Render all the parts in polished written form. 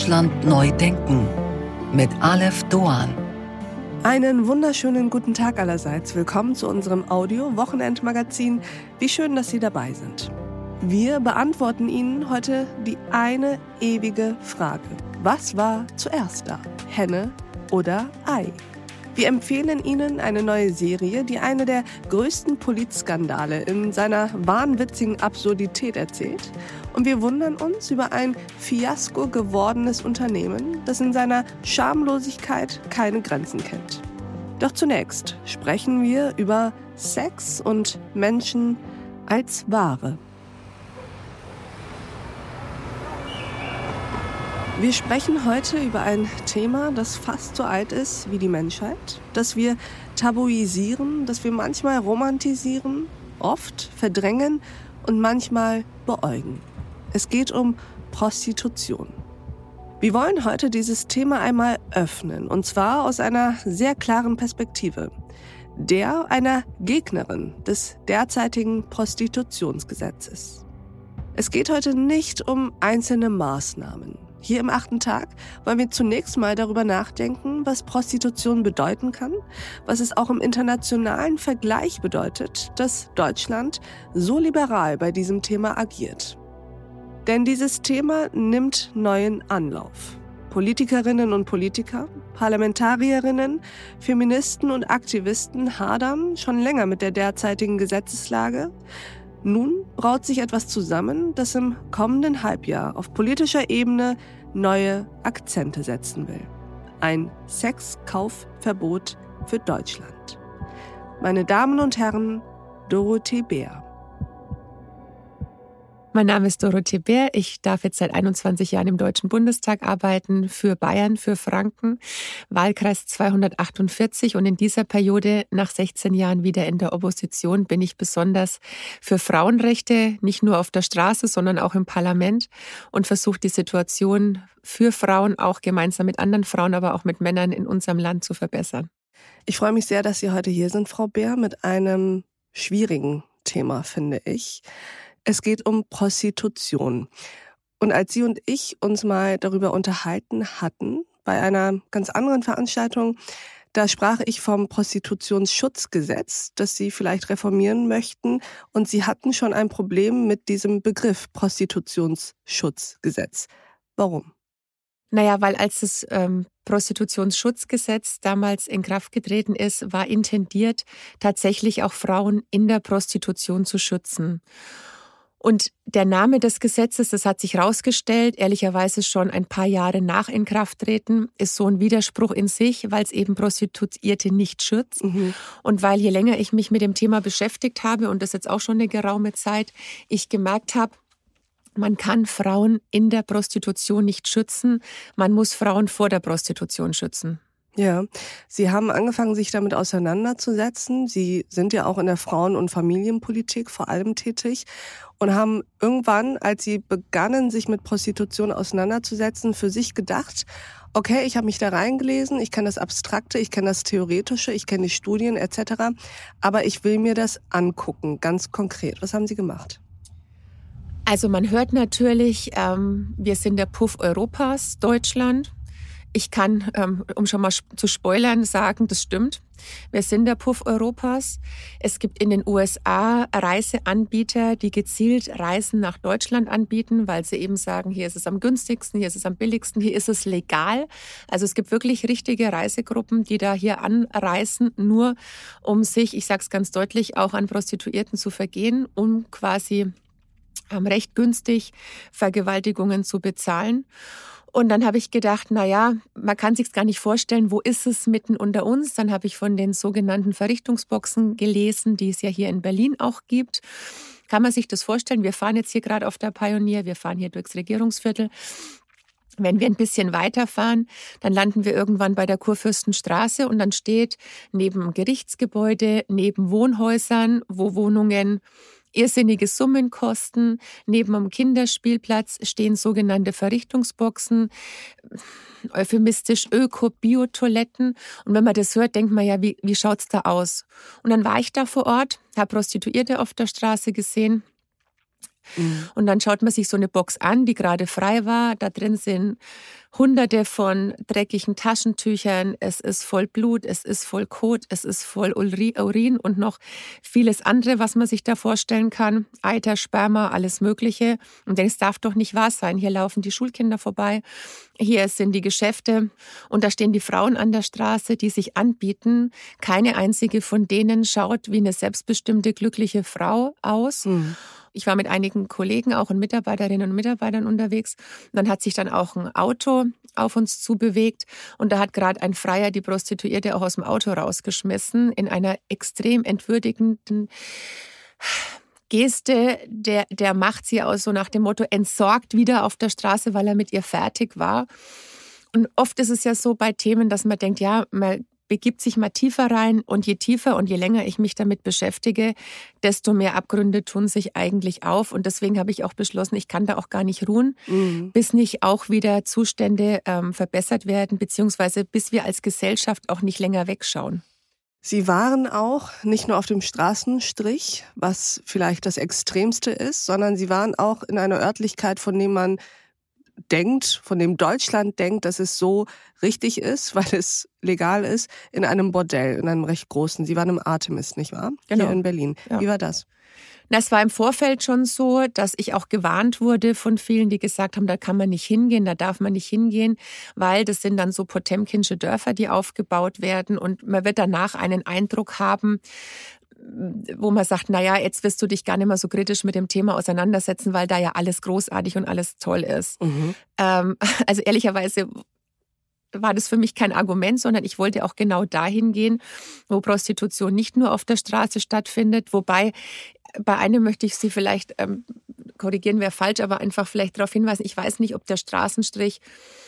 Deutschland neu denken mit Aleph Doğan. Einen wunderschönen guten Tag allerseits. Willkommen zu unserem Audio-Wochenendmagazin. Wie schön, dass Sie dabei sind. Wir beantworten Ihnen heute die eine ewige Frage. Was war zuerst da? Henne oder Ei? Wir empfehlen Ihnen eine neue Serie, die eine der größten Politskandale in seiner wahnwitzigen Absurdität erzählt. Und wir wundern uns über ein Fiasko gewordenes Unternehmen, das in seiner Schamlosigkeit keine Grenzen kennt. Doch zunächst sprechen wir über Sex und Menschen als Ware. Wir sprechen heute über ein Thema, das fast so alt ist wie die Menschheit, das wir tabuisieren, das wir manchmal romantisieren, oft verdrängen und manchmal beäugen. Es geht um Prostitution. Wir wollen heute dieses Thema einmal öffnen, und zwar aus einer sehr klaren Perspektive. Der einer Gegnerin des derzeitigen Prostitutionsgesetzes. Es geht heute nicht um einzelne Maßnahmen. Hier im 8. Tag wollen wir zunächst mal darüber nachdenken, was Prostitution bedeuten kann, was es auch im internationalen Vergleich bedeutet, dass Deutschland so liberal bei diesem Thema agiert. Denn dieses Thema nimmt neuen Anlauf. Politikerinnen und Politiker, Parlamentarierinnen, Feministen und Aktivisten hadern schon länger mit der derzeitigen Gesetzeslage. Nun braut sich etwas zusammen, das im kommenden Halbjahr auf politischer Ebene neue Akzente setzen will. Ein Sexkaufverbot für Deutschland. Meine Damen und Herren, Dorothee Bär. Mein Name ist Dorothee Bär. Ich darf jetzt seit 21 Jahren im Deutschen Bundestag arbeiten, für Bayern, für Franken, Wahlkreis 248. Und in dieser Periode, nach 16 Jahren wieder in der Opposition, bin ich besonders für Frauenrechte, nicht nur auf der Straße, sondern auch im Parlament, und versuche die Situation für Frauen auch gemeinsam mit anderen Frauen, aber auch mit Männern in unserem Land zu verbessern. Ich freue mich sehr, dass Sie heute hier sind, Frau Bär, mit einem schwierigen Thema, finde ich. Es geht um Prostitution. Und als Sie und ich uns mal darüber unterhalten hatten, bei einer ganz anderen Veranstaltung, da sprach ich vom Prostitutionsschutzgesetz, das Sie vielleicht reformieren möchten. Und Sie hatten schon ein Problem mit diesem Begriff Prostitutionsschutzgesetz. Warum? Naja, weil als das Prostitutionsschutzgesetz damals in Kraft getreten ist, war intendiert, tatsächlich auch Frauen in der Prostitution zu schützen. Und der Name des Gesetzes, das hat sich herausgestellt, ehrlicherweise schon ein paar Jahre nach Inkrafttreten, ist so ein Widerspruch in sich, weil es eben Prostituierte nicht schützt. Und weil je länger ich mich mit dem Thema beschäftigt habe, und das jetzt auch schon eine geraume Zeit, ich gemerkt habe, man kann Frauen in der Prostitution nicht schützen, man muss Frauen vor der Prostitution schützen. Ja, Sie haben angefangen, sich damit auseinanderzusetzen. Sie sind ja auch in der Frauen- und Familienpolitik vor allem tätig und haben irgendwann, als Sie begannen, sich mit Prostitution auseinanderzusetzen, für sich gedacht, okay, ich habe mich da reingelesen, ich kenne das Abstrakte, ich kenne das Theoretische, ich kenne die Studien etc., aber ich will mir das angucken, ganz konkret. Was haben Sie gemacht? Also man hört natürlich, wir sind der Puff Europas, Deutschland. Ich kann, um schon mal zu spoilern, sagen, das stimmt. Wir sind der Puff Europas. Es gibt in den USA Reiseanbieter, die gezielt Reisen nach Deutschland anbieten, weil sie eben sagen, hier ist es am günstigsten, hier ist es am billigsten, hier ist es legal. Also es gibt wirklich richtige Reisegruppen, die da hier anreisen, nur um sich, ich sage es ganz deutlich, auch an Prostituierten zu vergehen, um quasi recht günstig Vergewaltigungen zu bezahlen. Und dann habe ich gedacht, naja, man kann sich's gar nicht vorstellen, wo ist es mitten unter uns? Dann habe ich von den sogenannten Verrichtungsboxen gelesen, die es ja hier in Berlin auch gibt. Kann man sich das vorstellen? Wir fahren jetzt hier gerade auf der Pionier, wir fahren hier durchs Regierungsviertel. Wenn wir ein bisschen weiterfahren, dann landen wir irgendwann bei der Kurfürstenstraße und dann steht neben Gerichtsgebäude, neben Wohnhäusern, wo Wohnungen irrsinnige Summen kosten. Neben dem Kinderspielplatz stehen sogenannte Verrichtungsboxen, euphemistisch Öko-Bio-Toiletten. Und wenn man das hört, denkt man ja, wie schaut's da aus? Und dann war ich da vor Ort, habe Prostituierte auf der Straße gesehen, Und dann schaut man sich so eine Box an, die gerade frei war. Da drin sind Hunderte von dreckigen Taschentüchern, es ist voll Blut, es ist voll Kot, es ist voll Urin und noch vieles andere, was man sich da vorstellen kann. Eiter, Sperma, alles Mögliche. Und es darf doch nicht wahr sein. Hier laufen die Schulkinder vorbei, hier sind die Geschäfte und da stehen die Frauen an der Straße, die sich anbieten. Keine einzige von denen schaut wie eine selbstbestimmte, glückliche Frau aus. Ich war mit einigen Kollegen auch und Mitarbeiterinnen und Mitarbeitern unterwegs. Und dann hat sich dann auch ein Auto auf uns zubewegt und da hat gerade ein Freier die Prostituierte auch aus dem Auto rausgeschmissen in einer extrem entwürdigenden Geste. Der macht sie aus so nach dem Motto entsorgt wieder auf der Straße, weil er mit ihr fertig war. Und oft ist es ja so bei Themen, dass man denkt, ja, man begibt sich mal tiefer rein und je tiefer und je länger ich mich damit beschäftige, desto mehr Abgründe tun sich eigentlich auf. Und deswegen habe ich auch beschlossen, ich kann da auch gar nicht ruhen, bis nicht auch wieder Zustände verbessert werden, beziehungsweise bis wir als Gesellschaft auch nicht länger wegschauen. Sie waren auch nicht nur auf dem Straßenstrich, was vielleicht das Extremste ist, sondern Sie waren auch in einer Örtlichkeit, von dem man denkt, von dem Deutschland denkt, dass es so richtig ist, weil es legal ist, in einem Bordell, in einem recht großen. Sie waren im Artemis, nicht wahr? Genau. Hier in Berlin. Ja. Wie war das? Es war im Vorfeld schon so, dass ich auch gewarnt wurde von vielen, die gesagt haben, da kann man nicht hingehen, da darf man nicht hingehen, weil das sind dann so potemkinsche Dörfer, die aufgebaut werden und man wird danach einen Eindruck haben, wo man sagt, naja, jetzt wirst du dich gar nicht mehr so kritisch mit dem Thema auseinandersetzen, weil da ja alles großartig und alles toll ist. Also ehrlicherweise war das für mich kein Argument, sondern ich wollte auch genau dahin gehen, wo Prostitution nicht nur auf der Straße stattfindet. Wobei, bei einem möchte ich Sie vielleicht korrigieren, wäre falsch, aber einfach vielleicht darauf hinweisen, ich weiß nicht, ob der Straßenstrich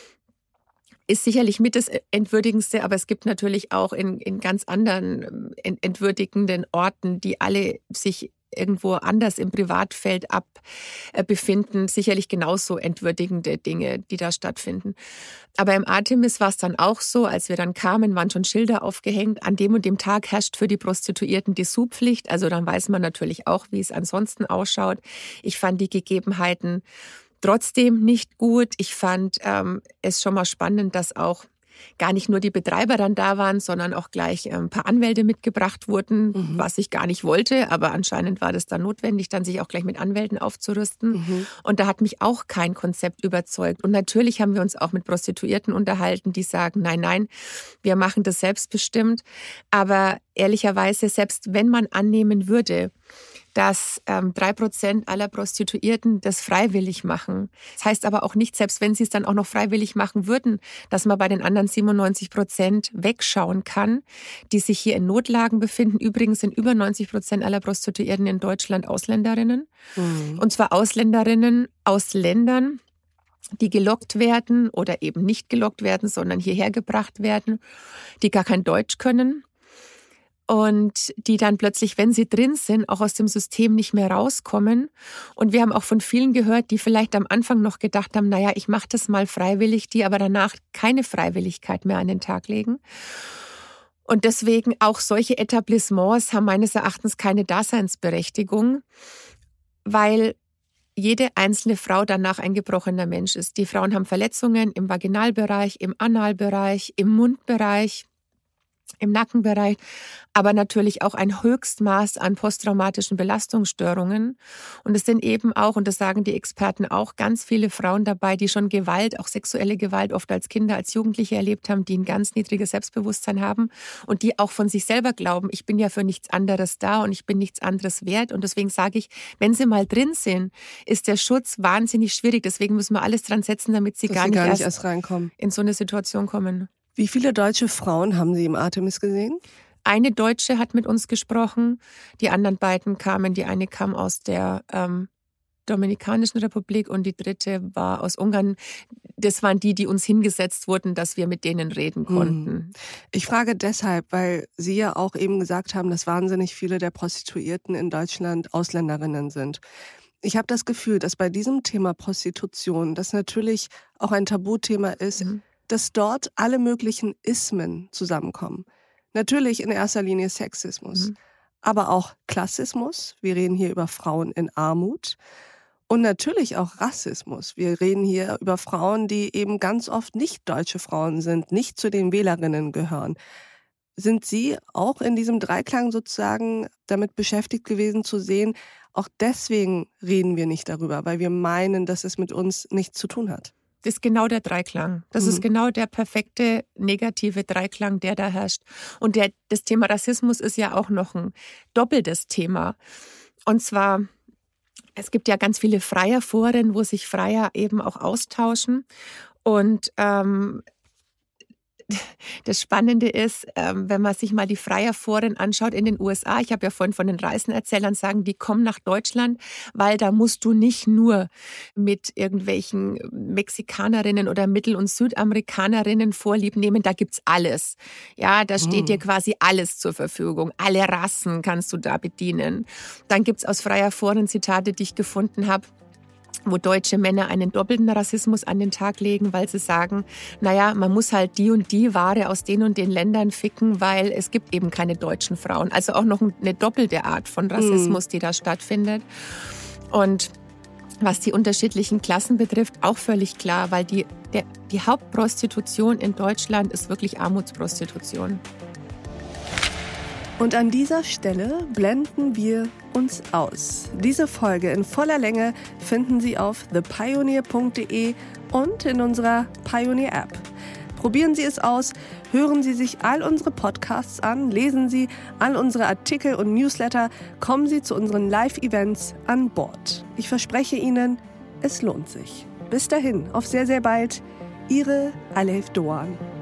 ist sicherlich mit das Entwürdigendste, aber es gibt natürlich auch in ganz anderen entwürdigenden Orten, die alle sich irgendwo anders im Privatfeld befinden, sicherlich genauso entwürdigende Dinge, die da stattfinden. Aber im Artemis war es dann auch so, als wir dann kamen, waren schon Schilder aufgehängt, an dem und dem Tag herrscht für die Prostituierten Dessous-Pflicht. Also dann weiß man natürlich auch, wie es ansonsten ausschaut. Ich fand die Gegebenheiten trotzdem nicht gut. Ich fand es schon mal spannend, dass auch gar nicht nur die Betreiber dann da waren, sondern auch gleich ein paar Anwälte mitgebracht wurden, was ich gar nicht wollte. Aber anscheinend war das dann notwendig, dann sich auch gleich mit Anwälten aufzurüsten. Und da hat mich auch kein Konzept überzeugt. Und natürlich haben wir uns auch mit Prostituierten unterhalten, die sagen, nein, wir machen das selbstbestimmt. Aber ehrlicherweise, selbst wenn man annehmen würde, dass 3% aller Prostituierten das freiwillig machen. Das heißt aber auch nicht, selbst wenn sie es dann auch noch freiwillig machen würden, dass man bei den anderen 97% wegschauen kann, die sich hier in Notlagen befinden. Übrigens sind über 90% aller Prostituierten in Deutschland Ausländerinnen. Und zwar Ausländerinnen aus Ländern, die gelockt werden oder eben nicht gelockt werden, sondern hierher gebracht werden, die gar kein Deutsch können. Und die dann plötzlich, wenn sie drin sind, auch aus dem System nicht mehr rauskommen. Und wir haben auch von vielen gehört, die vielleicht am Anfang noch gedacht haben, naja, ich mache das mal freiwillig, die aber danach keine Freiwilligkeit mehr an den Tag legen. Und deswegen auch solche Etablissements haben meines Erachtens keine Daseinsberechtigung, weil jede einzelne Frau danach ein gebrochener Mensch ist. Die Frauen haben Verletzungen im Vaginalbereich, im Analbereich, im Mundbereich, im Nackenbereich, aber natürlich auch ein Höchstmaß an posttraumatischen Belastungsstörungen. Und es sind eben auch, und das sagen die Experten auch, ganz viele Frauen dabei, die schon Gewalt, auch sexuelle Gewalt, oft als Kinder, als Jugendliche erlebt haben, die ein ganz niedriges Selbstbewusstsein haben und die auch von sich selber glauben, ich bin ja für nichts anderes da und ich bin nichts anderes wert. Und deswegen sage ich, wenn sie mal drin sind, ist der Schutz wahnsinnig schwierig. Deswegen müssen wir alles dran setzen, damit sie gar nicht erst reinkommen, in so eine Situation kommen. Wie viele deutsche Frauen haben Sie im Artemis gesehen? Eine Deutsche hat mit uns gesprochen, die anderen beiden kamen, die eine kam aus der Dominikanischen Republik und die dritte war aus Ungarn. Das waren die uns hingesetzt wurden, dass wir mit denen reden konnten. Ich frage deshalb, weil Sie ja auch eben gesagt haben, dass wahnsinnig viele der Prostituierten in Deutschland Ausländerinnen sind. Ich habe das Gefühl, dass bei diesem Thema Prostitution, das natürlich auch ein Tabuthema ist, dass dort alle möglichen Ismen zusammenkommen. Natürlich in erster Linie Sexismus, aber auch Klassismus. Wir reden hier über Frauen in Armut Und natürlich auch Rassismus. Wir reden hier über Frauen, die eben ganz oft nicht deutsche Frauen sind, nicht zu den Wählerinnen gehören. Sind Sie auch in diesem Dreiklang sozusagen damit beschäftigt gewesen zu sehen, auch deswegen reden wir nicht darüber, weil wir meinen, dass es mit uns nichts zu tun hat? Das ist genau der Dreiklang. Das ist genau der perfekte negative Dreiklang, der da herrscht. Und das Thema Rassismus ist ja auch noch ein doppeltes Thema. Und zwar, es gibt ja ganz viele Freierforen, wo sich Freier eben auch austauschen. Und das Spannende ist, wenn man sich mal die Freierforen anschaut in den USA, ich habe ja vorhin von den Reisenerzählern sagen, die kommen nach Deutschland, weil da musst du nicht nur mit irgendwelchen Mexikanerinnen oder Mittel- und Südamerikanerinnen Vorlieb nehmen, da gibt's alles. Ja, da steht dir quasi alles zur Verfügung. Alle Rassen kannst du da bedienen. Dann gibt's aus Freierforen Zitate, die ich gefunden habe, wo deutsche Männer einen doppelten Rassismus an den Tag legen, weil sie sagen, naja, man muss halt die und die Ware aus den und den Ländern ficken, weil es gibt eben keine deutschen Frauen. Also auch noch eine doppelte Art von Rassismus, die da stattfindet. Und was die unterschiedlichen Klassen betrifft, auch völlig klar, weil die Hauptprostitution in Deutschland ist wirklich Armutsprostitution. Und an dieser Stelle blenden wir uns aus. Diese Folge in voller Länge finden Sie auf thepioneer.de und in unserer Pioneer-App. Probieren Sie es aus, hören Sie sich all unsere Podcasts an, lesen Sie all unsere Artikel und Newsletter, kommen Sie zu unseren Live-Events an Bord. Ich verspreche Ihnen, es lohnt sich. Bis dahin, auf sehr, sehr bald. Ihre Alef Doğan.